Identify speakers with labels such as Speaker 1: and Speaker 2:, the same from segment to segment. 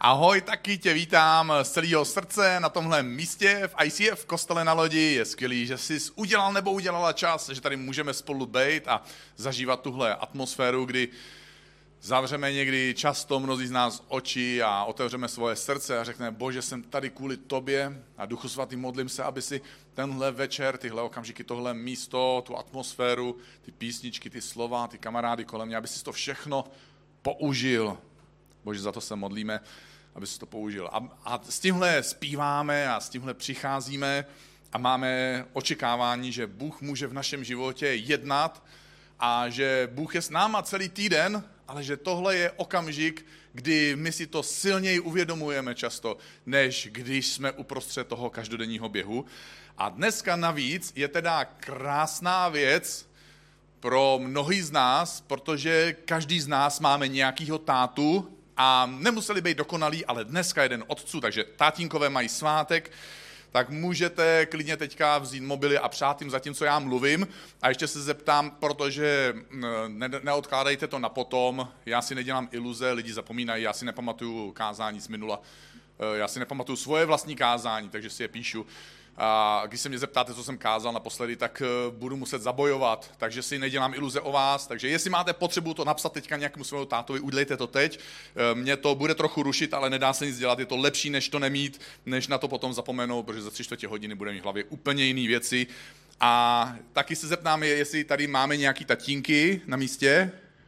Speaker 1: Ahoj, taky tě vítám z celého srdce na tomhle místě v ICF v kostele na Lodi. Je skvělý, že jsi udělal nebo udělala čas, že tady můžeme spolu být a zažívat tuhle atmosféru, kdy zavřeme někdy často mnozí z nás oči a otevřeme svoje srdce a řekneme, Bože, jsem tady kvůli tobě a Duchu Svatý, modlím se, aby si tenhle večer, tyhle okamžiky, tohle místo, tu atmosféru, ty písničky, ty slova, ty kamarády kolem mě, aby si to všechno použil. Bože, za to se modlíme, aby si to použil. A s tímhle zpíváme a s tímhle přicházíme a máme očekávání, že Bůh může v našem životě jednat a že Bůh je s náma celý týden, ale že tohle je okamžik, kdy my si to silněji uvědomujeme často, než když jsme uprostřed toho každodenního běhu. A dneska navíc je teda krásná věc pro mnohý z nás, protože každý z nás máme nějakýho tátu a nemuseli být dokonalí, ale dneska jeden otců, takže tátínkové mají svátek, tak můžete klidně teďka vzít mobily a přát jim zatímco já mluvím. A ještě se zeptám, protože neodkládejte to na potom, já si nedělám iluze, lidi zapomínají, já si nepamatuju kázání z minula, já si nepamatuju svoje vlastní kázání, takže si je píšu. A když se mě zeptáte, co jsem kázal naposledy, tak budu muset zabojovat, takže si nedělám iluze o vás. Takže jestli máte potřebu to napsat teďka nějakému svému tátovi, udělejte to teď. Mě to bude trochu rušit, ale nedá se nic dělat, je to lepší, než to nemít, než na to potom zapomenout, protože za 3/4 hodiny budeme mít v hlavě úplně jiné věci. A taky se zeptám, jestli tady máme nějaký tatínky na místě.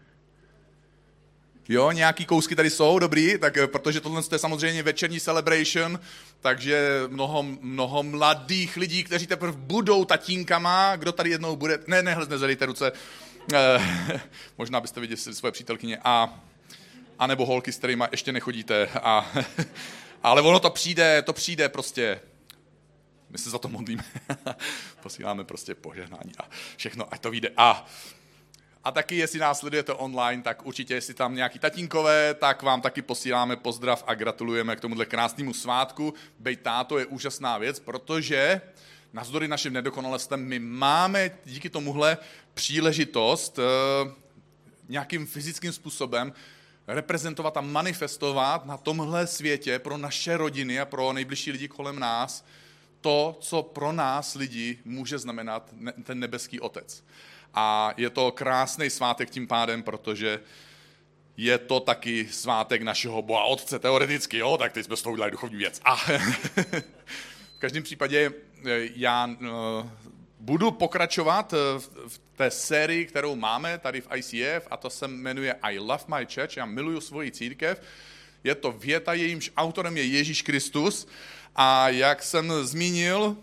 Speaker 1: Jo, nějaký kousky tady jsou, dobrý, tak protože tohle je samozřejmě večerní celebration, takže mnoho mladých lidí, kteří teprve budou tatínkama, kdo tady jednou bude, nezvedejte ruce, možná byste viděli svoje přítelkyně, a nebo holky, s kterýma ještě nechodíte, ale ono to přijde prostě, my se za to modlíme, posíláme prostě požehnání a všechno, ať to vyjde. A taky, jestli nás sledujete online, tak určitě, jestli tam nějaký tatínkové, tak vám taky posíláme pozdrav a gratulujeme k tomuhle krásnému svátku. Bejt táto je úžasná věc, protože navzdory našim nedokonalostem my máme díky tomuhle příležitost nějakým fyzickým způsobem reprezentovat a manifestovat na tomhle světě pro naše rodiny a pro nejbližší lidi kolem nás to, co pro nás lidi může znamenat ten nebeský Otec. A je to krásný svátek tím pádem, protože je to taky svátek našeho Boha Otce, teoreticky, jo, tak teď jsme z toho udělali duchovní věc. A v každém případě já budu pokračovat v té sérii, kterou máme tady v ICF, a to se jmenuje I Love My Church, já miluju svoji církev. Je to věta, jejímž autorem je Ježíš Kristus. A jak jsem zmínil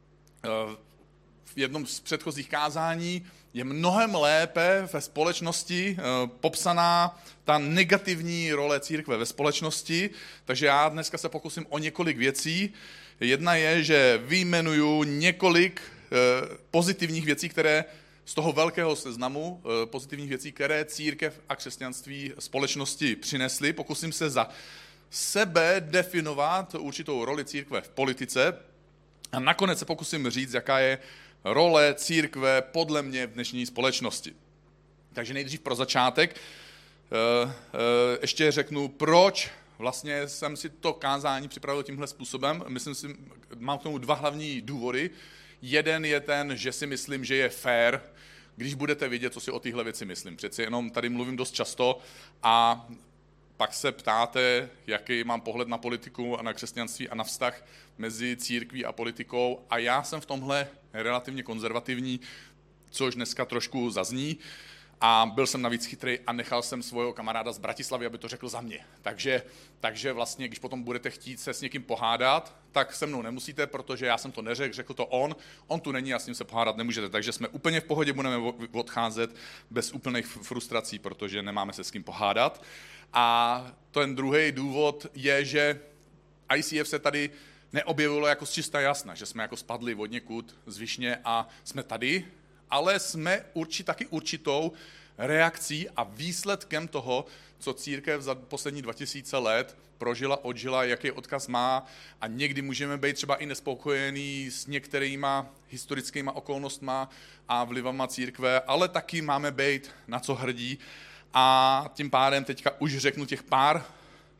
Speaker 1: v jednom z předchozích kázání, je mnohem lépe ve společnosti popsaná ta negativní role církve ve společnosti, takže já dneska se pokusím o několik věcí. Jedna je, že vyjmenuju několik pozitivních věcí, které z toho velkého seznamu pozitivních věcí, které církev a křesťanství společnosti přinesly. Pokusím se za sebe definovat určitou roli církve v politice a nakonec se pokusím říct, jaká je role církve podle mě v dnešní společnosti. Takže nejdřív pro začátek ještě řeknu, proč vlastně jsem si to kázání připravil tímhle způsobem. Myslím si, mám k tomu dva hlavní důvody. Jeden je ten, že si myslím, že je fair, když budete vědět, co si o téhle věci myslím. Přeci jenom tady mluvím dost často a pak se ptáte, jaký mám pohled na politiku a na křesťanství a na vztah mezi církví a politikou. A já jsem v tomhle relativně konzervativní, což dneska trošku zazní. A byl jsem navíc chytrý a nechal jsem svého kamaráda z Bratislavy, aby to řekl za mě. Takže vlastně, když potom budete chtít se s někým pohádat, tak se mnou nemusíte, protože já jsem to neřekl, řekl to on tu není a s ním se pohádat nemůžete. Takže jsme úplně v pohodě, budeme odcházet bez úplných frustrací, protože nemáme se s kým pohádat. A ten druhý důvod je, že ICF se tady neobjevilo jako z čista jasna, že jsme jako spadli od někud z višně a jsme tady, ale jsme taky určitou reakcí a výsledkem toho, co církev za poslední 2000 let prožila, odžila, jaký odkaz má a někdy můžeme být třeba i nespokojení s některýma historickýma okolnostma a vlivama církve, ale taky máme být na co hrdí. A tím pádem teďka už řeknu těch pár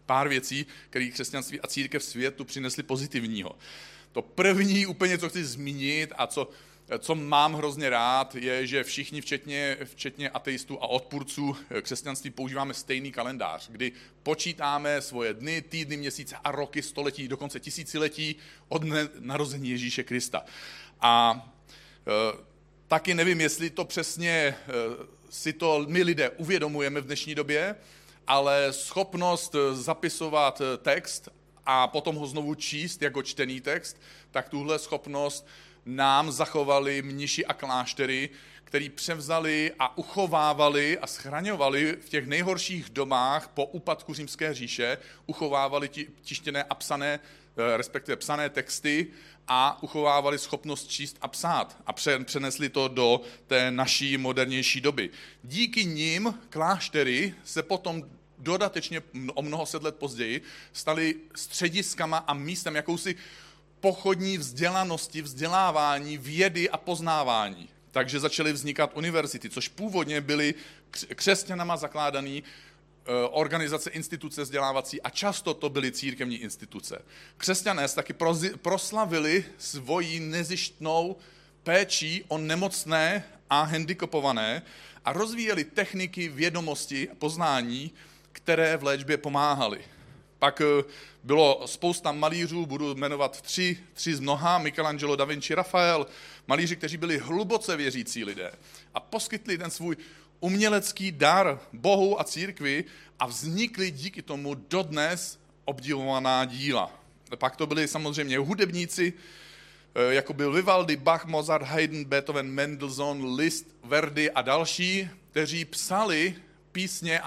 Speaker 1: pár věcí, které křesťanství a církev světu přinesly pozitivního. To první úplně, co chci zmínit a co mám hrozně rád, je, že všichni, včetně ateistů a odpůrců křesťanství, používáme stejný kalendář, kdy počítáme svoje dny, týdny, měsíce a roky, století, dokonce tisíciletí od dne narození Ježíše Krista. A taky nevím, jestli to přesně si to my lidé uvědomujeme v dnešní době, ale schopnost zapisovat text a potom ho znovu číst jako čtený text, tak tuhle schopnost nám zachovali mniši a kláštery, který převzali a uchovávali a schraňovali v těch nejhorších dobách po úpadku Římské říše, uchovávali tištěné a psané, respektive psané texty a uchovávali schopnost číst a psát a přenesli to do té naší modernější doby. Díky nim kláštery se potom dodatečně o mnoho set let později staly střediskama a místem jakousi pochodní vzdělanosti, vzdělávání, vědy a poznávání. Takže začaly vznikat univerzity, což původně byly křesťanama zakládané organizace, instituce vzdělávací a často to byly církevní instituce. Křesťané taky proslavili svoji nezištnou péčí o nemocné a handicapované a rozvíjeli techniky, vědomosti a poznání, které v léčbě pomáhaly. Pak bylo spousta malířů, budu jmenovat tři z mnoha, Michelangelo, Da Vinci, Rafael, malíři, kteří byli hluboce věřící lidé a poskytli ten svůj umělecký dar Bohu a církvi a vznikly díky tomu dodnes obdivovaná díla. Pak to byli samozřejmě hudebníci, jako byl Vivaldi, Bach, Mozart, Haydn, Beethoven, Mendelssohn, Liszt, Verdi a další, kteří psali písně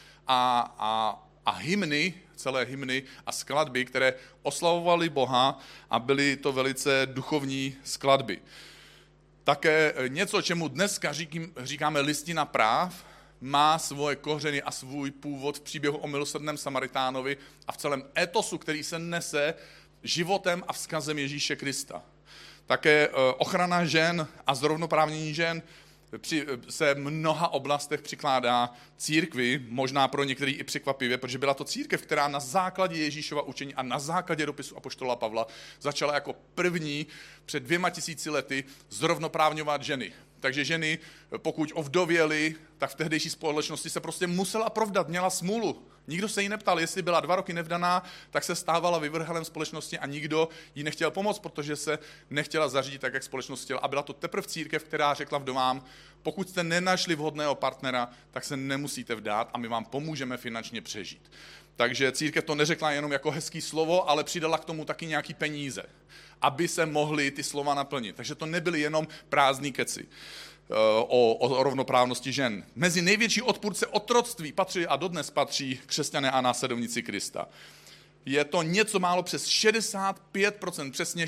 Speaker 1: a hymny, celé hymny a skladby, které oslavovaly Boha a byly to velice duchovní skladby. Také něco, čemu dneska říkáme listina práv, má svoje kořeny a svůj původ v příběhu o milosrdném Samaritánovi a v celém etosu, který se nese životem a vzkazem Ježíše Krista. Také ochrana žen a zrovnoprávnění žen se v mnoha oblastech přikládá církvi, možná pro některý i překvapivě, protože byla to církev, která na základě Ježíšova učení a na základě dopisu apoštola Pavla začala jako první před 2000 lety zrovnoprávňovat ženy. Takže ženy, pokud ovdověly, tak v tehdejší společnosti se prostě musela provdat, měla smůlu. Nikdo se jí neptal, jestli byla 2 roky nevdaná, tak se stávala vyvrhelem společnosti a nikdo jí nechtěl pomoct, protože se nechtěla zařídit tak, jak společnost chtěla. A byla to teprve církev, která řekla vdovám, pokud jste nenašli vhodného partnera, tak se nemusíte vdát a my vám pomůžeme finančně přežít. Takže církev to neřekla jenom jako hezký slovo, ale přidala k tomu taky nějaký peníze, aby se mohly ty slova naplnit. Takže to nebyly jenom prázdný keci o rovnoprávnosti žen. Mezi největší odpůrce otroctví patří a dodnes patří křesťané a následovníci Krista. Je to něco málo přes 65%, přesně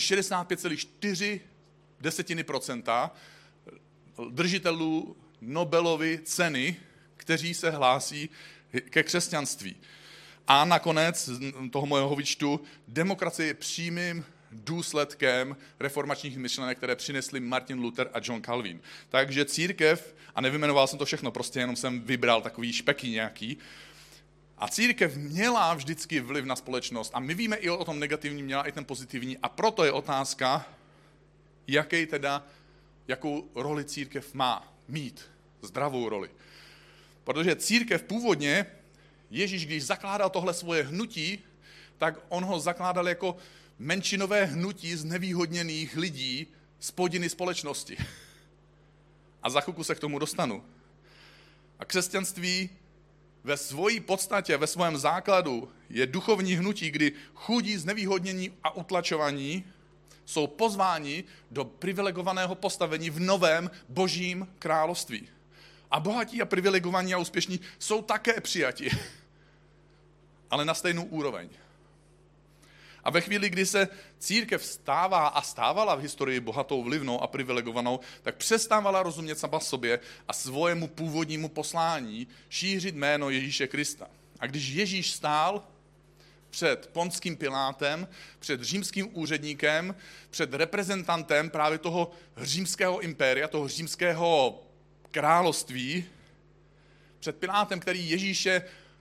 Speaker 1: 65,4% držitelů Nobelovy ceny, kteří se hlásí ke křesťanství. A nakonec toho mojeho výčtu, demokracie je přímým důsledkem reformačních myšlenek, které přinesli Martin Luther a John Calvin. Takže církev, a nevyjmenoval jsem to všechno, prostě jenom jsem vybral takový špeky nějaký, a církev měla vždycky vliv na společnost a my víme i o tom negativním, měla i ten pozitivní a proto je otázka, jakou roli církev má mít, zdravou roli. Protože církev původně, Ježíš, když zakládal tohle svoje hnutí, tak on ho zakládal jako menšinové hnutí znevýhodněných lidí z podiny společnosti. A za chvilku se k tomu dostanu. A křesťanství ve své podstatě, ve svém základu je duchovní hnutí, kdy chudí, znevýhodnění a utlačovaní jsou pozváni do privilegovaného postavení v novém božím království. A bohatí a privilegovaní a úspěšní jsou také přijati, ale na stejnou úroveň. A ve chvíli, kdy se církev stává a stávala v historii bohatou, vlivnou a privilegovanou, tak přestávala rozumět sama sobě a svojemu původnímu poslání šířit jméno Ježíše Krista. A když Ježíš stál před Pontským Pilátem, před římským úředníkem, před reprezentantem právě toho římského impéria, toho římského království, před Pilátem, který Ježíše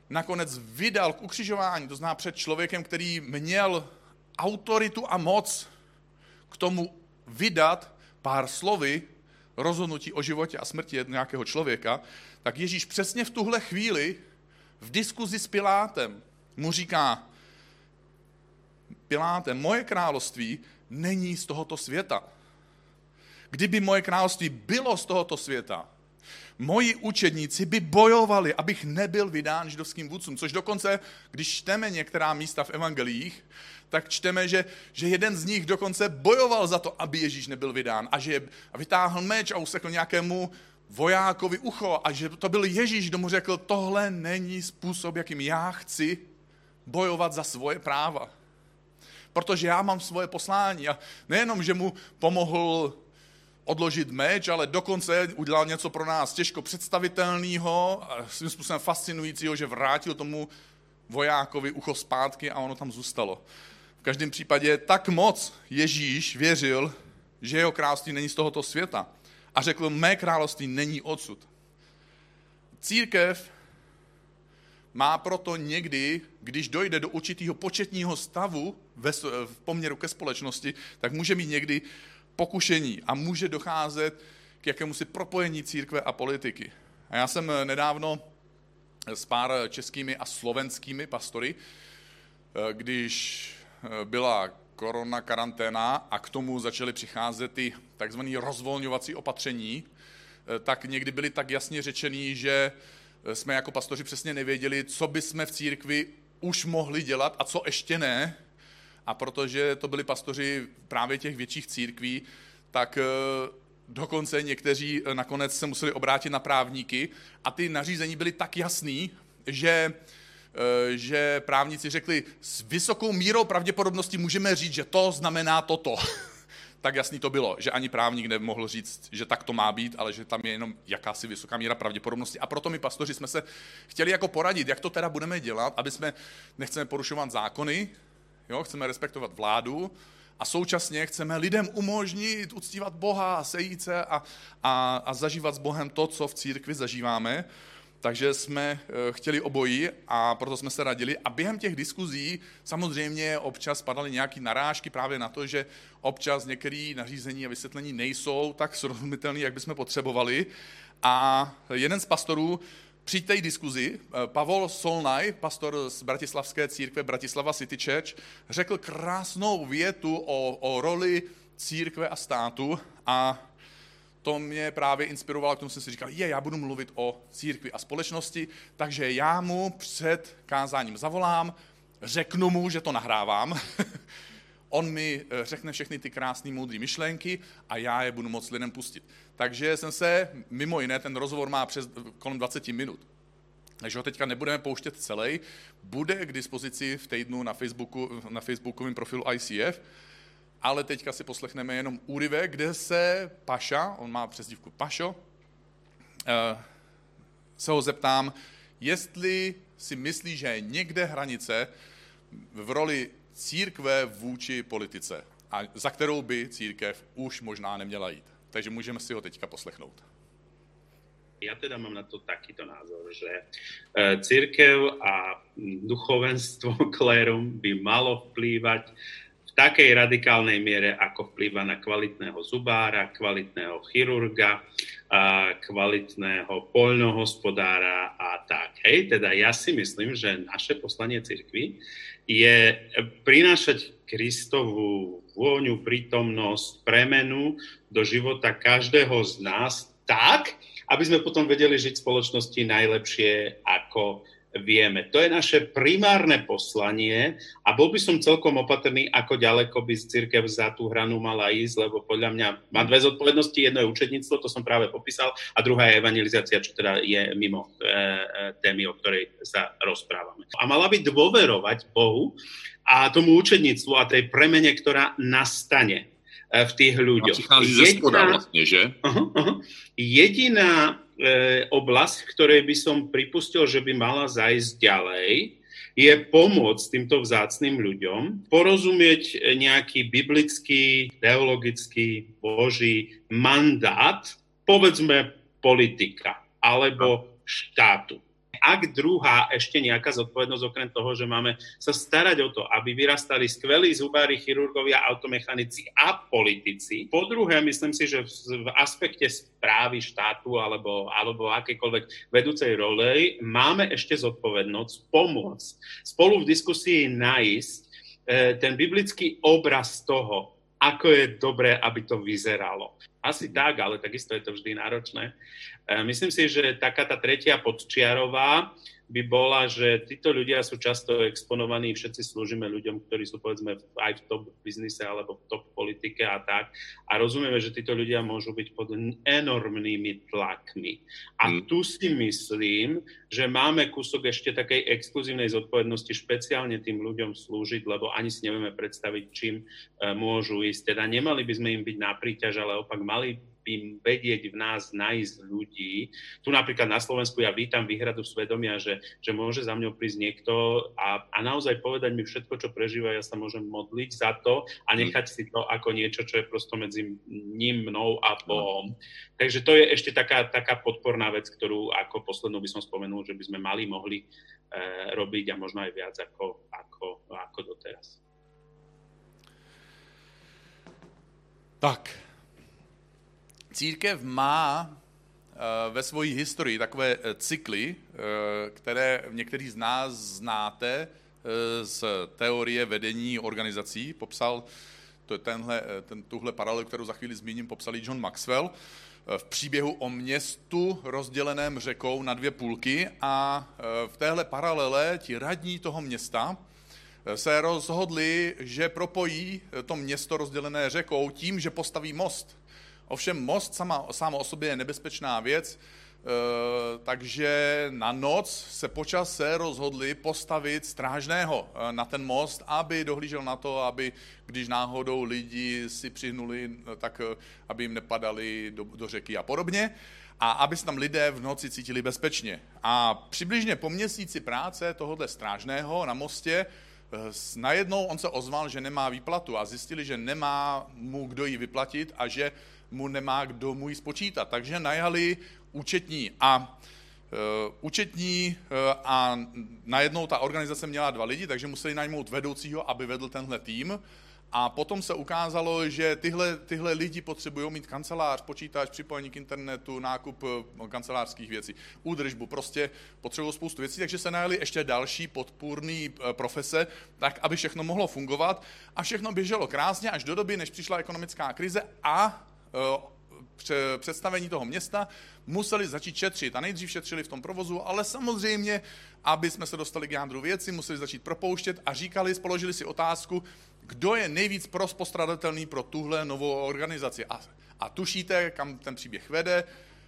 Speaker 1: nakonec vydal k ukřižování, to znamená před člověkem, který měl autoritu a moc k tomu vydat pár slovy rozhodnutí o životě a smrti nějakého člověka, tak Ježíš přesně v tuhle chvíli v diskuzi s Pilátem mu říká: Piláte, moje království není z tohoto světa. Kdyby moje království bylo z tohoto světa, moji učedníci by bojovali, abych nebyl vydán židovským vůdcům. Což dokonce, když čteme některá místa v evangelích, tak čteme, že jeden z nich dokonce bojoval za to, aby Ježíš nebyl vydán. A že vytáhl meč a usekl nějakému vojákovi ucho. A že to byl Ježíš, kdo mu řekl: tohle není způsob, jakým já chci bojovat za svoje práva. Protože já mám svoje poslání. A nejenom, že mu pomohl odložit meč, ale dokonce udělal něco pro nás těžko představitelného a svým způsobem fascinujícího, že vrátil tomu vojákovi ucho zpátky a ono tam zůstalo. V každém případě tak moc Ježíš věřil, že jeho království není z tohoto světa. A řekl: mé království není odsud. Církev má proto někdy, když dojde do určitého početního stavu v poměru ke společnosti, tak může mít někdy pokušení a může docházet k jakémusi propojení církve a politiky. A já jsem nedávno s pár českými a slovenskými pastory, když byla korona karanténa a k tomu začaly přicházet ty takzvané rozvolňovací opatření, tak někdy byly tak jasně řečený, že jsme jako pastoři přesně nevěděli, co bychom v církvi už mohli dělat a co ještě ne. A protože to byli pastoři právě těch větších církví, tak dokonce někteří nakonec se museli obrátit na právníky a ty nařízení byly tak jasný, že právníci řekli: s vysokou mírou pravděpodobnosti můžeme říct, že to znamená toto. Tak jasný to bylo, že ani právník nemohl říct, že tak to má být, ale že tam je jenom jakási vysoká míra pravděpodobnosti. A proto my pastoři jsme se chtěli jako poradit, jak to teda budeme dělat, aby nechceme porušovat zákony, jo, chceme respektovat vládu a současně chceme lidem umožnit uctívat Boha, sejít se a zažívat s Bohem to, co v církvi zažíváme. Takže jsme chtěli obojí a proto jsme se radili. A během těch diskuzí samozřejmě občas padaly nějaké narážky právě na to, že občas některé nařízení a vysvětlení nejsou tak srozumitelné, jak bychom potřebovali. A jeden z pastorů při té diskuzi, Pavol Solnaj, pastor z bratislavské církve Bratislava City Church, řekl krásnou větu o roli církve a státu a to mě právě inspirovalo, k tomu jsem si říkal: já budu mluvit o církvi a společnosti, takže já mu před kázáním zavolám, řeknu mu, že to nahrávám, on mi řekne všechny ty krásné moudré myšlenky a já je budu moct lidem pustit. Takže jsem se, mimo jiné, ten rozhovor má kolem 20 minut. Takže ho teďka nebudeme pouštět celý, bude k dispozici v týdnu na facebookovém profilu ICF, ale teďka si poslechneme jenom úryvek, kde se Paša, on má přezdívku Pašo, se ho zeptám, jestli si myslí, že je někde hranice v roli církve vůči politice, a za kterou by církev už možná neměla jít. Takže můžeme si ho teďka poslechnout.
Speaker 2: Ja teda mám na to takýto názor, že cirkev a duchovenstvo klérum by malo vplývať v takej radikálnej miere, ako vplýva na kvalitného zubára, kvalitného chirurga, kvalitného poľnohospodára a tak. Hej, teda ja si myslím, že naše poslanie cirkvi je prinášať Kristovú vôňu, prítomnosť, premenu do života každého z nás tak, aby sme potom vedeli žiť v spoločnosti najlepšie, ako vieme. To je naše primárne poslanie a bol by som celkom opatrný, ako ďaleko by cirkev za tú hranu mala ísť, lebo podľa mňa má dve zodpovednosti. Jedno je učedníctvo, to som práve popísal, a druhá je evangelizácia, čo teda je mimo témy, o ktorej sa rozprávame. A mala by dôverovať Bohu a tomu učedníctvu a tej premene, ktorá nastane v tých ľuďoch.
Speaker 3: Přichází ze spoda vlastne, že?
Speaker 2: Jediná oblasť, v ktorej by som pripustil, že by mala zajsť ďalej, je pomôcť týmto vzácnym ľuďom porozumieť nejaký biblický, teologický, boží mandát, povedzme politika alebo štátu. ak druhá ešte nejaká zodpovednosť, okrem toho, že máme sa starať o to, aby vyrastali skvelí zubári, chirurgovia, automechanici a politici. Po druhé, myslím si, že v aspekte správy štátu alebo akékoľvek vedúcej role máme ešte zodpovednosť pomôcť spolu v diskusii nájsť ten biblický obraz toho, ako je dobré, aby to vyzeralo. Asi tak, ale takisto je to vždy náročné. Myslím si, že taká tá tretia podčiarová by bola, že títo ľudia sú často exponovaní, všetci slúžime ľuďom, ktorí sú povedzme aj v top biznise alebo v top politike a tak. A rozumieme, že títo ľudia môžu byť pod enormnými tlakmi. A tu si myslím, že máme kúsok ešte takej exkluzívnej zodpovednosti špeciálne tým ľuďom slúžiť, lebo ani si nevieme predstaviť, čím môžu ísť. Teda nemali by sme im byť na príťaž, ale opak mali by vedieť v nás nájsť ľudí. Tu napríklad na Slovensku ja vítam výhradu svedomia, že môže za mňou prísť niekto a naozaj povedať mi všetko, čo prežíva, ja sa môžem modliť za to a nechať si to ako niečo, čo je prosto medzi ním, mnou a Bohom. Takže to je ešte taká podporná vec, ktorú ako poslednú by som spomenul, že by sme mohli robiť a možno aj viac ako doteraz.
Speaker 1: Tak. Církev má ve svojí historii takové cykly, které některý z nás znáte z teorie vedení organizací. Popsal, to je tuhle paralelu, kterou za chvíli zmíním, popsal John Maxwell v příběhu o městu rozděleném řekou na dvě půlky a v téhle paralele ti radní toho města se rozhodli, že propojí to město rozdělené řekou tím, že postaví most. Ovšem most sám o sobě je nebezpečná věc, takže na noc se po čase rozhodli postavit strážného na ten most, aby dohlížel na to, aby když náhodou lidi si přihnuli, tak aby jim nepadali do řeky a podobně. A aby se tam lidé v noci cítili bezpečně. A přibližně po měsíci práce tohohle strážného na mostě najednou on se ozval, že nemá výplatu a zjistili, že nemá mu kdo ji vyplatit a že mu nemá kdo mu ji spočítat. Takže najali účetní a najednou ta organizace měla 2 lidi, takže museli najmout vedoucího, aby vedl tenhle tým. A potom se ukázalo, že tyhle lidi potřebují mít kancelář, počítač, připojení k internetu, nákup kancelářských věcí, údržbu, prostě potřebují spoustu věcí, takže se najali ještě další podpůrný profese, tak aby všechno mohlo fungovat a všechno běželo krásně až do doby, než přišla ekonomická krize a představení toho města museli začít šetřit a nejdřív šetřili v tom provozu, ale samozřejmě, aby jsme se dostali k jádru věci, museli začít propouštět a položili si otázku, kdo je nejvíc postradatelný pro tuhle novou organizaci. A tušíte, kam ten příběh vede?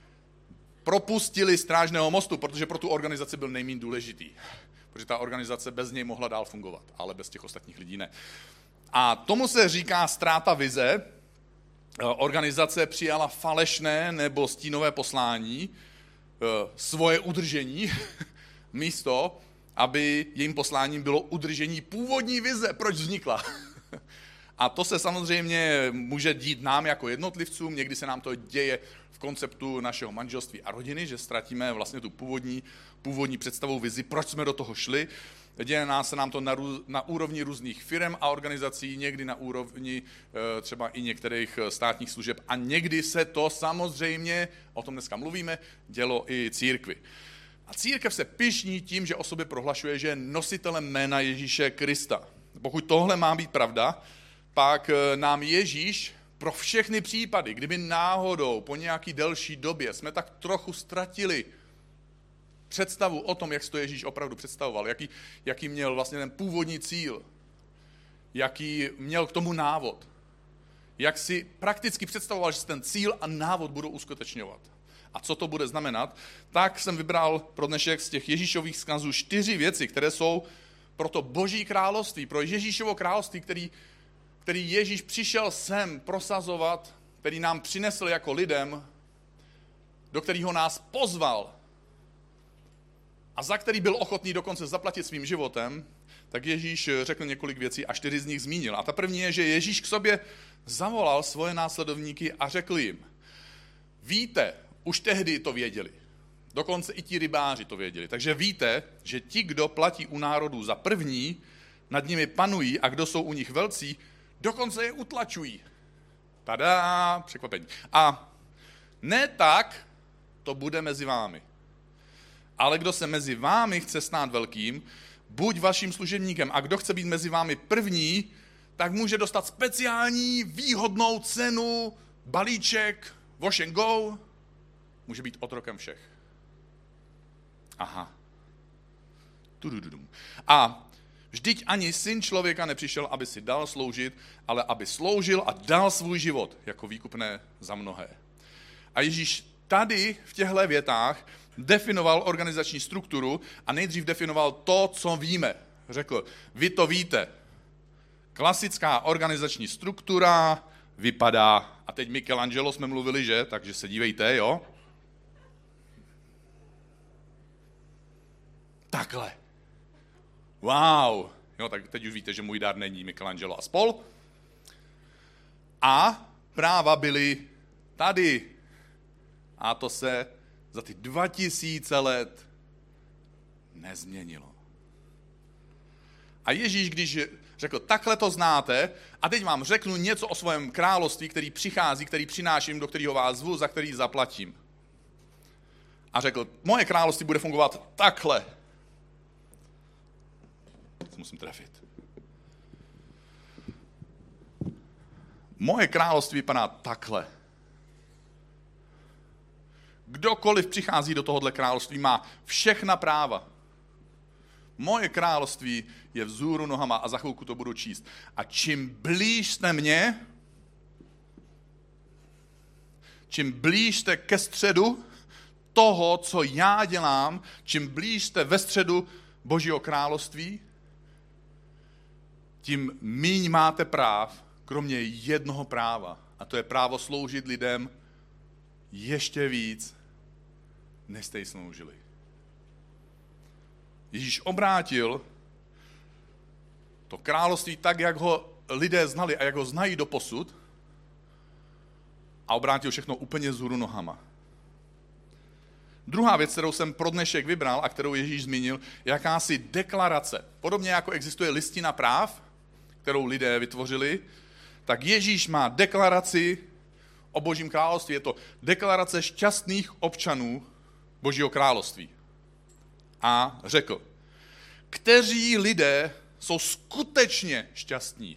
Speaker 1: Propustili strážného mostu, protože pro tu organizaci byl nejméně důležitý. Protože ta organizace bez něj mohla dál fungovat, ale bez těch ostatních lidí ne. A tomu se říká ztráta vize. Organizace přijala falešné nebo stínové poslání, svoje udržení, místo, aby jejím posláním bylo udržení původní vize, proč vznikla. A to se samozřejmě může dít nám jako jednotlivcům, někdy se nám to děje v konceptu našeho manželství a rodiny, že ztratíme vlastně tu původní představou vizi, proč jsme do toho šli. Děje se nám to na úrovni různých firem a organizací, někdy na úrovni třeba i některých státních služeb a někdy se to samozřejmě, o tom dneska mluvíme, dělo i církvi. A církev se pyšní tím, že o sobě prohlašuje, že je nositelem jména Ježíše Krista. Pokud tohle má být pravda, pak nám Ježíš pro všechny případy, kdyby náhodou po nějaký delší době jsme tak trochu ztratili představu o tom, jak si to Ježíš opravdu představoval, jaký měl vlastně ten původní cíl, jaký měl k tomu návod, jak si prakticky představoval, že se ten cíl a návod budou uskutečňovat. A co to bude znamenat, tak jsem vybral pro dnešek z těch Ježíšových vzkazů 4 věci, které jsou pro to Boží království, pro Ježíšovo království, který Ježíš přišel sem prosazovat, který nám přinesl jako lidem, do kterého nás pozval a za který byl ochotný dokonce zaplatit svým životem, tak Ježíš řekl několik věcí a 4 z nich zmínil. A ta první je, že Ježíš k sobě zavolal svoje následovníky a řekl jim, víte, už tehdy to věděli, Dokonce i ti rybáři to věděli. Takže víte, že ti, kdo platí u národů za první, nad nimi panují a kdo jsou u nich velcí, dokonce je utlačují. Tada, překvapení. A ne tak to bude mezi vámi. Ale kdo se mezi vámi chce stát velkým, buď vaším služebníkem. A kdo chce být mezi vámi první, tak může dostat speciální výhodnou cenu, balíček, wash and go. Může být otrokem všech. Aha. Tudududum. A vždyť ani syn člověka nepřišel, aby si dal sloužit, ale aby sloužil a dal svůj život jako výkupné za mnohé. A Ježíš tady v těchto větách definoval organizační strukturu a nejdřív definoval to, co víme. Řekl, vy to víte. Klasická organizační struktura vypadá, a teď Michelangelo jsme mluvili, že? Takže se dívejte, jo? Takhle. Wow. Jo, tak teď už víte, že můj dar není Michelangelo a spol. A práva byly tady. A to se za ty 2000 let nezměnilo. A Ježíš, když řekl, takhle to znáte, a teď vám řeknu něco o svém království, který přichází, který přináším, do kterého vás zvu, za který zaplatím. A řekl, moje království bude fungovat takhle. Musím trefit. Moje království vypadá takhle. Kdokoliv přichází do tohohle království, má všechna práva. Moje království je vzhůru nohama a za chvilku to budu číst. A čím blíž jste mě, čím blíž jste ke středu toho, co já dělám, čím blíž jste ve středu Božího království, tím míň máte práv, kromě jednoho práva. A to je právo sloužit lidem ještě víc, než jste jí sloužili. Ježíš obrátil to království tak, jak ho lidé znali a jak ho znají doposud, a obrátil všechno úplně vzhůru nohama. Druhá věc, kterou jsem pro dnešek vybral a kterou Ježíš zmínil, je jakási deklarace. Podobně jako existuje listina práv, kterou lidé vytvořili, tak Ježíš má deklaraci o Božím království. Je to deklarace šťastných občanů Božího království. A řekl, kteří lidé jsou skutečně šťastní.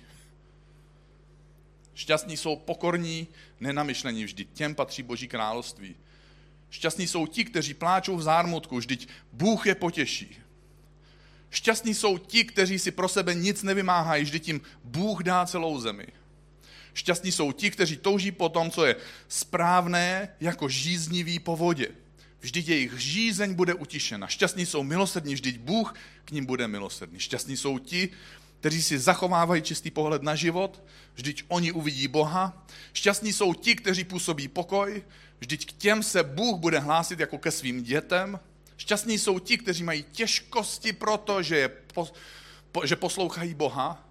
Speaker 1: Šťastní jsou pokorní, nenamyšlení, vždyť těm patří Boží království. Šťastní jsou ti, kteří pláčou v zármutku, vždyť Bůh je potěší. Šťastní jsou ti, kteří si pro sebe nic nevymáhají, vždyť jim Bůh dá celou zemi. Šťastní jsou ti, kteří touží po tom, co je správné, jako žíznivý po vodě. Vždyť jejich žízeň bude utišena. Šťastní jsou milosrdní, vždyť Bůh k nim bude milosrdný. Šťastní jsou ti, kteří si zachovávají čistý pohled na život, vždyť oni uvidí Boha. Šťastní jsou ti, kteří působí pokoj, vždyť k těm se Bůh bude hlásit jako ke svým dětem. Šťastní jsou ti, kteří mají těžkosti proto, že poslouchají Boha.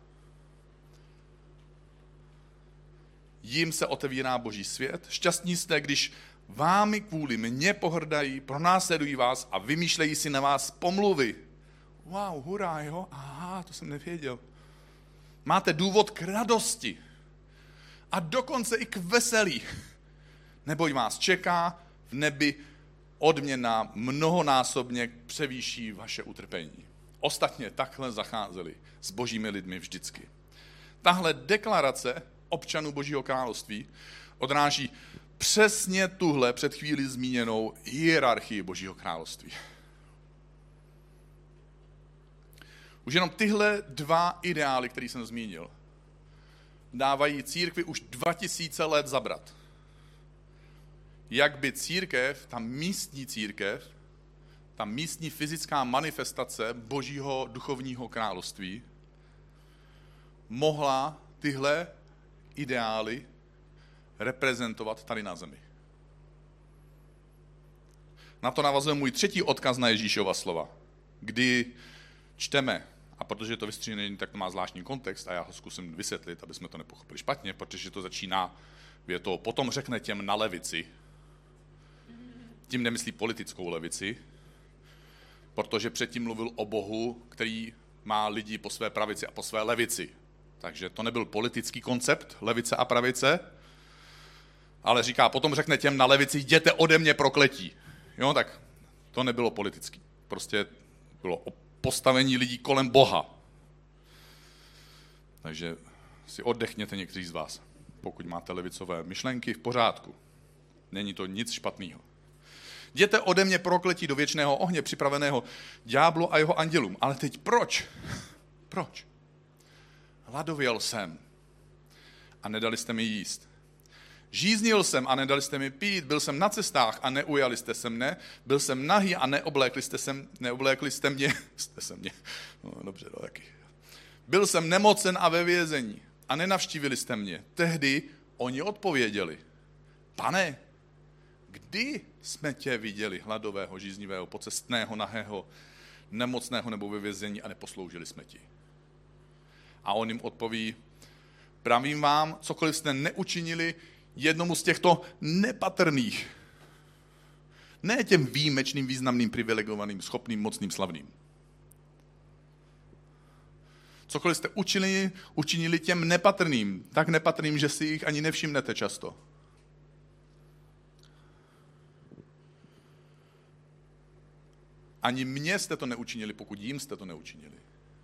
Speaker 1: Jim se otevírá Boží svět. Šťastní jste, když vámi kvůli mně pohrdají, pronásledují vás a vymýšlejí si na vás pomluvy. Wow, hurá, jo? Aha, to jsem nevěděl. Máte důvod k radosti a dokonce i k veselí, neboť vás čeká v nebi odměna mnohonásobně převýší vaše utrpení. Ostatně takhle zacházeli s božími lidmi vždycky. Tahle deklarace občanů Božího království odráží přesně tuhle před chvíli zmíněnou hierarchii Božího království. Už jenom tyhle dva ideály, které jsem zmínil, dávají církvi už 2000 let zabrat. Jak by církev, ta místní fyzická manifestace Božího duchovního království, mohla tyhle ideály reprezentovat tady na zemi. Na to navazuje můj třetí odkaz na Ježíšova slova, kdy čteme, a protože to vystříhne, tak to má zvláštní kontext a já ho zkusím vysvětlit, aby jsme to nepochopili špatně, protože to začíná větou, potom řekne těm na levici. Tím nemyslí politickou levici, protože předtím mluvil o Bohu, který má lidi po své pravici a po své levici. Takže to nebyl politický koncept, levice a pravice, ale říká, potom řekne těm na levici, jděte ode mě prokletí. Jo, tak to nebylo politický. Prostě bylo o postavení lidí kolem Boha. Takže si oddechněte někteří z vás, pokud máte levicové myšlenky, v pořádku. Není to nic špatného. Jděte ode mě prokletí do věčného ohně, připraveného ďáblu a jeho andělům. Ale teď proč? Proč? Hladověl jsem a nedali jste mi jíst. Žíznil jsem a nedali jste mi pít, byl jsem na cestách a neujali jste se mne, byl jsem nahý a neoblékli jste mě. No, dobře, no, taky. Byl jsem nemocen a ve vězení a nenavštívili jste mě. Tehdy oni odpověděli, Pane, kdy jsme tě viděli hladového, žíznivého, pocestného, nahého, nemocného nebo ve vězení a neposloužili jsme ti? A on jim odpoví, pravím vám, cokoliv jste neučinili jednomu z těchto nepatrných, ne těm výjimečným, významným, privilegovaným, schopným, mocným, slavným. Cokoliv jste učinili těm nepatrným, tak nepatrným, že si jich ani nevšimnete často. Ani mně jste to neučinili, pokud jim jste to neučinili.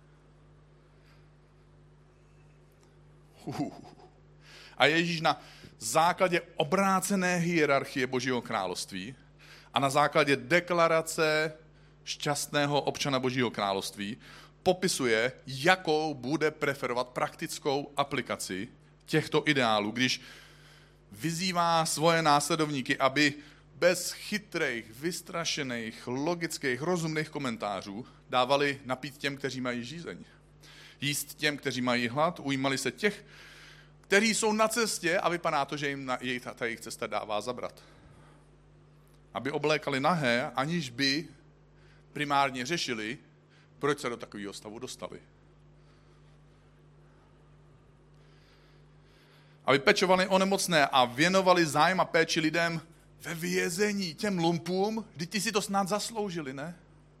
Speaker 1: A Ježíš na základě obrácené hierarchie Božího království a na základě deklarace šťastného občana Božího království popisuje, jakou bude preferovat praktickou aplikaci těchto ideálů, když vyzývá svoje následovníky, aby bez chytrých, vystrašených, logických, rozumných komentářů dávali napít těm, kteří mají žízeň. Jíst těm, kteří mají hlad, ujímali se těch, kteří jsou na cestě a vypadá to, že jim ta jejich cesta dává zabrat. Aby oblékali nahé, aniž by primárně řešili, proč se do takového stavu dostali. Aby pečovali o nemocné a věnovali zájem a péči lidem ve vězení, těm lumpům, vždyť ti si to snad zasloužili, ne?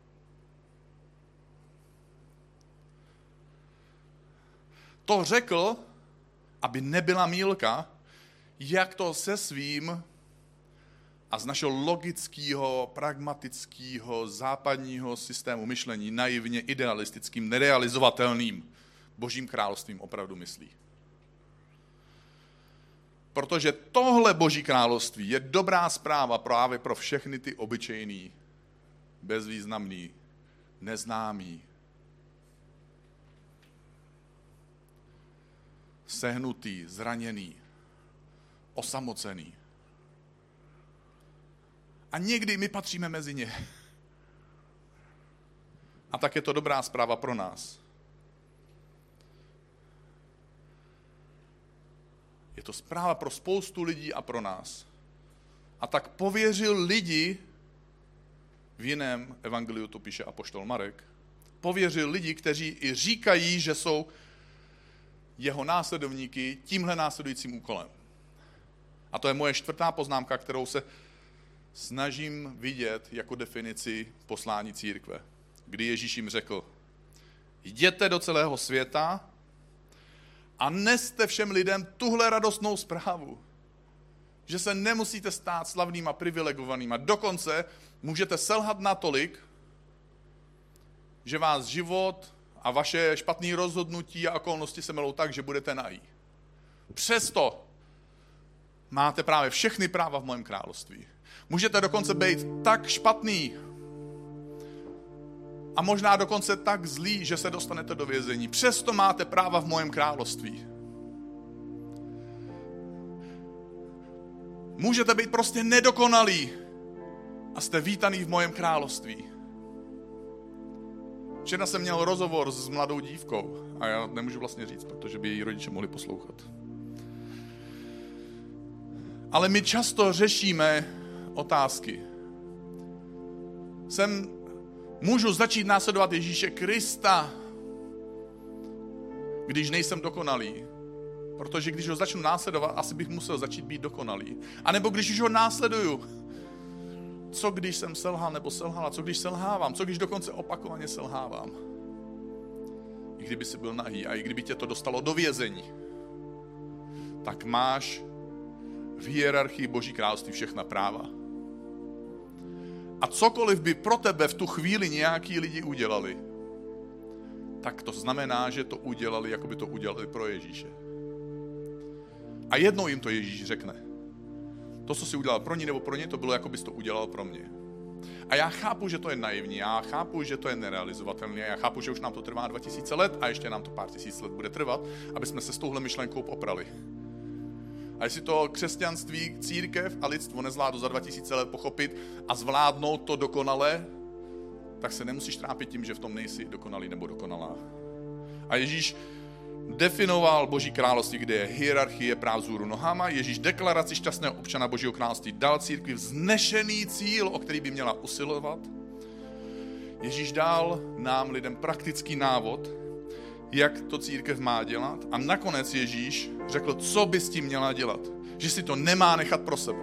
Speaker 1: To řekl, aby nebyla mýlka, jak to se svým a z našeho logického, pragmatického, západního systému myšlení naivně idealistickým, nerealizovatelným Božím královstvím opravdu myslí. Protože tohle Boží království je dobrá zpráva právě pro všechny ty obyčejný, bezvýznamný, neznámý, sehnutý, zraněný, osamocený. A někdy my patříme mezi ně. A tak je to dobrá zpráva pro nás. Je to zpráva pro spoustu lidí a pro nás. A tak pověřil lidi, v jiném evangeliu to píše apoštol Marek, pověřil lidi, kteří i říkají, že jsou jeho následovníky tímhle následujícím úkolem. A to je moje 4. poznámka, kterou se snažím vidět jako definici poslání církve. Kdy Ježíš jim řekl, jděte do celého světa a neste všem lidem tuhle radostnou zprávu, že se nemusíte stát slavným a privilegovaným a dokonce můžete selhat natolik, že vás život a vaše špatné rozhodnutí a okolnosti se melou tak, že budete nahý. Přesto máte právě všechny práva v mém království. Můžete dokonce být tak špatný a možná dokonce tak zlý, že se dostanete do vězení. Přesto máte práva v mém království. Můžete být prostě nedokonalí a jste vítaný v mém království. Včera jsem měl rozhovor s mladou dívkou a já nemůžu vlastně říct, protože by její rodiče mohli poslouchat. Ale my často řešíme otázky. Můžu začít následovat Ježíše Krista, když nejsem dokonalý. Protože když ho začnu následovat, asi bych musel začít být dokonalý. A nebo když už ho následuju, co když jsem selhal nebo selhala, co když selhávám, co když dokonce opakovaně selhávám. I kdyby jsi byl nahý a i kdyby tě to dostalo do vězení, tak máš v hierarchii Boží království všechna práva. A cokoliv by pro tebe v tu chvíli nějaký lidi udělali, tak to znamená, že to udělali, jako by to udělali pro Ježíše. A jednou jim to Ježíš řekne. To, co jsi udělal pro ní nebo pro ně, to bylo, jako bys to udělal pro mě. A já chápu, že to je naivní, já chápu, že to je nerealizovatelné, já chápu, že už nám to trvá 2000 let a ještě nám to pár tisíc let bude trvat, aby jsme se s touhle myšlenkou poprali. A jestli to křesťanství, církev a lidstvo nezvládlo za 2000 let pochopit a zvládnout to dokonale, tak se nemusíš trápit tím, že v tom nejsi dokonalý nebo dokonalá. A Ježíš definoval Boží království, kde je hierarchie práv vzhůru nohama. Ježíš deklaraci šťastného občana Božího království dal církvi vznešený cíl, o který by měla usilovat. Ježíš dal nám lidem praktický návod, jak to církev má dělat. A nakonec Ježíš řekl, co by s tím měla dělat. Že si to nemá nechat pro sebe.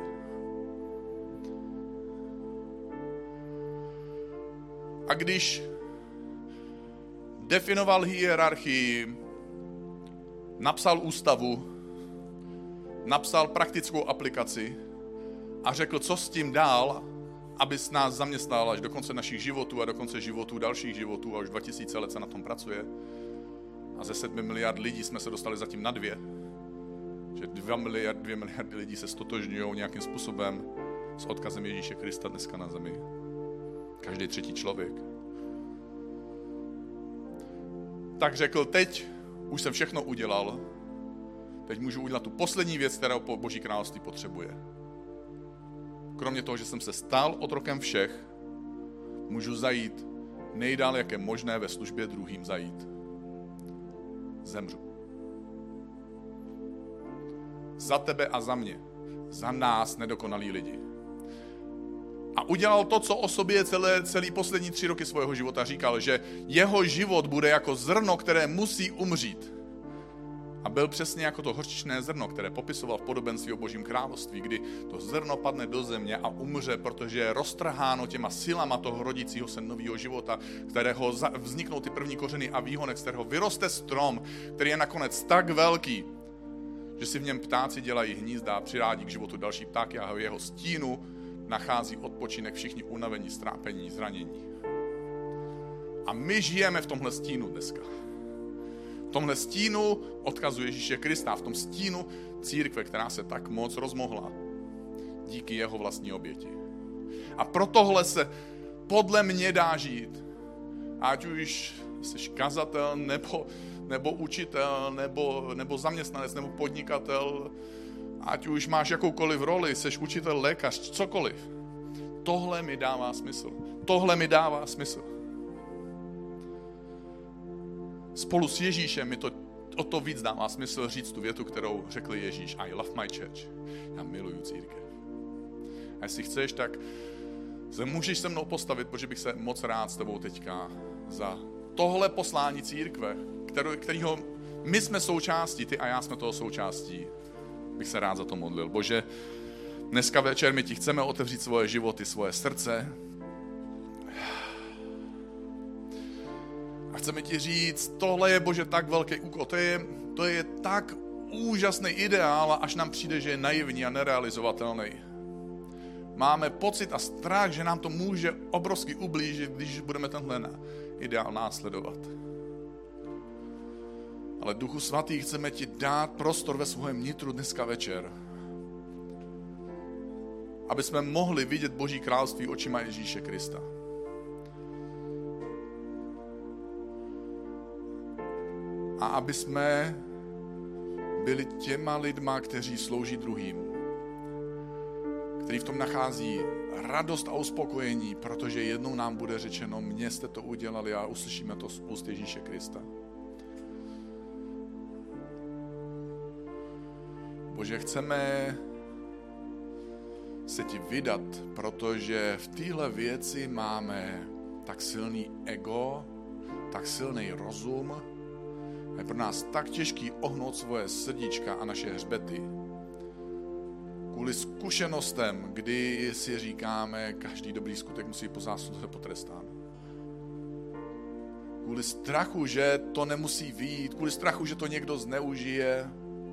Speaker 1: A když definoval hierarchii, napsal ústavu, napsal praktickou aplikaci a řekl, co s tím dál, aby s nás zaměstnal až do konce našich životů a do konce životů dalších životů a už 2000 let se na tom pracuje. A ze 7 miliard lidí jsme se dostali zatím na 2. Že 2 miliardy lidí se stotožňují nějakým způsobem s odkazem Ježíše Krista dneska na zemi. Každý třetí člověk. Tak řekl, teď už jsem všechno udělal, teď můžu udělat tu poslední věc, kterou Boží království potřebuje. Kromě toho, že jsem se stal otrokem všech, můžu zajít nejdál, jak je možné ve službě druhým zajít. Zemřu. Za tebe a za mě. Za nás nedokonalí lidi. A udělal to, co o sobě celý poslední 3 roky svého života říkal, že jeho život bude jako zrno, které musí umřít. A byl přesně jako to hořčičné zrno, které popisoval v podobenství o Božím království, kdy to zrno padne do země a umře, protože je roztrháno těma silama toho rodícího se nového života, kterého vzniknou ty první kořeny a výhonek, z kterého vyroste strom, který je nakonec tak velký, že si v něm ptáci dělají hnízda a přirádí k životu další ptáky a jeho stínu nachází odpočinek všichni unavení, strápení, zranění. A my žijeme v tomhle stínu dneska. V tomhle stínu odkazu Ježíše Krista, v tom stínu církve, která se tak moc rozmohla díky jeho vlastní oběti. A pro tohle se podle mě dá žít. Ať už jsi kazatel, nebo učitel, nebo zaměstnanec, nebo podnikatel, ať už máš jakoukoliv roli, jsi učitel, lékař, cokoliv. Tohle mi dává smysl. Tohle mi dává smysl. Spolu s Ježíšem mi to o to víc dává smysl říct tu větu, kterou řekl Ježíš. I love my church. Já miluju církev. A jestli chceš, tak se můžeš se mnou postavit, protože bych se moc rád s tebou teďka za tohle poslání církve, kterého my jsme součástí, ty a já jsme toho součástí, bych se rád za to modlil. Bože, dneska večer my ti chceme otevřít svoje životy, svoje srdce. A chceme ti říct, tohle je, Bože, tak velký úkol, to je tak úžasný ideál, až nám přijde, že je naivní a nerealizovatelný. Máme pocit a strach, že nám to může obrovsky ublížit, když budeme tenhle ideál následovat. Ale Duchu Svatý, chceme ti dát prostor ve svém nitru dneska večer, aby jsme mohli vidět Boží království očima Ježíše Krista. A aby jsme byli těma lidma, kteří slouží druhým, který v tom nachází radost a uspokojení, protože jednou nám bude řečeno, mně jste to udělali a uslyšíme to z úst Ježíše Krista. Bože, chceme se ti vydat, protože v téhle věci máme tak silný ego, tak silný rozum, je pro nás tak těžký ohnout svoje srdíčka a naše hřbety Kvůli zkušenostem, kdy si říkáme, každý dobrý skutek musí po zásluze potrestán. Kvůli strachu, že to nemusí vyjít, kvůli strachu, že to někdo zneužije.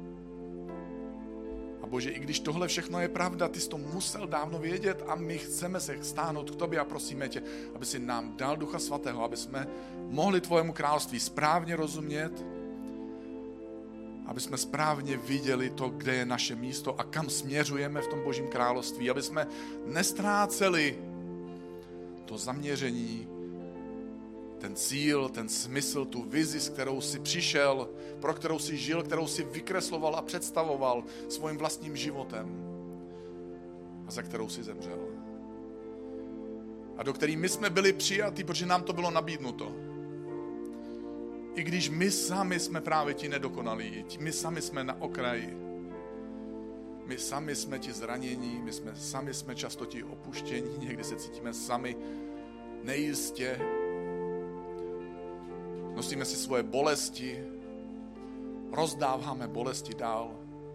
Speaker 1: A Bože, i když tohle všechno je pravda, ty jsi to musel dávno vědět a my chceme se stáhnout k tobě a prosíme tě, aby si nám dal Ducha Svatého, aby jsme mohli tvojemu království správně rozumět, aby jsme správně viděli to, kde je naše místo a kam směřujeme v tom Božím království, aby jsme nestráceli to zaměření, ten cíl, ten smysl, tu vizi, s kterou jsi přišel, pro kterou jsi žil, kterou jsi vykresloval a představoval svým vlastním životem a za kterou jsi zemřel. A do který my jsme byli přijatí, protože nám to bylo nabídnuto. I když my sami jsme právě ti nedokonalí, my sami jsme na okraji, my sami jsme ti zranění, sami jsme často ti opuštění, někdy se cítíme sami nejistě, nosíme si svoje bolesti, rozdáváme bolesti dál.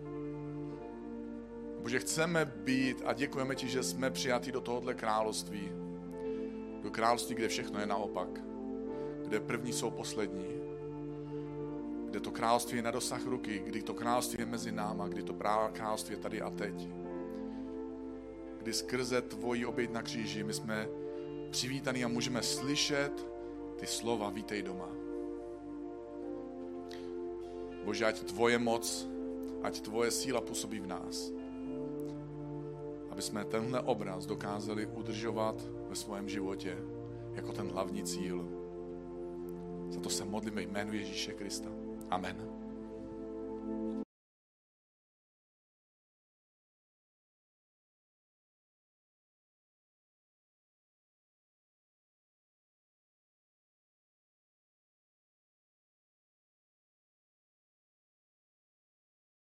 Speaker 1: Bože, chceme být a děkujeme ti, že jsme přijatí do tohohle království. Do království, kde všechno je naopak. Kde první jsou poslední. Kde to království je na dosah ruky, kdy to království je mezi náma, kdy to království je tady a teď. Kdy skrze tvoji oběť na kříži my jsme přivítaní a můžeme slyšet ty slova vítej doma. Bože, ať tvoje moc, ať tvoje síla působí v nás. Aby jsme tenhle obraz dokázali udržovat ve svém životě jako ten hlavní cíl. Za to se modlíme jménu Ježíše Krista. Amen.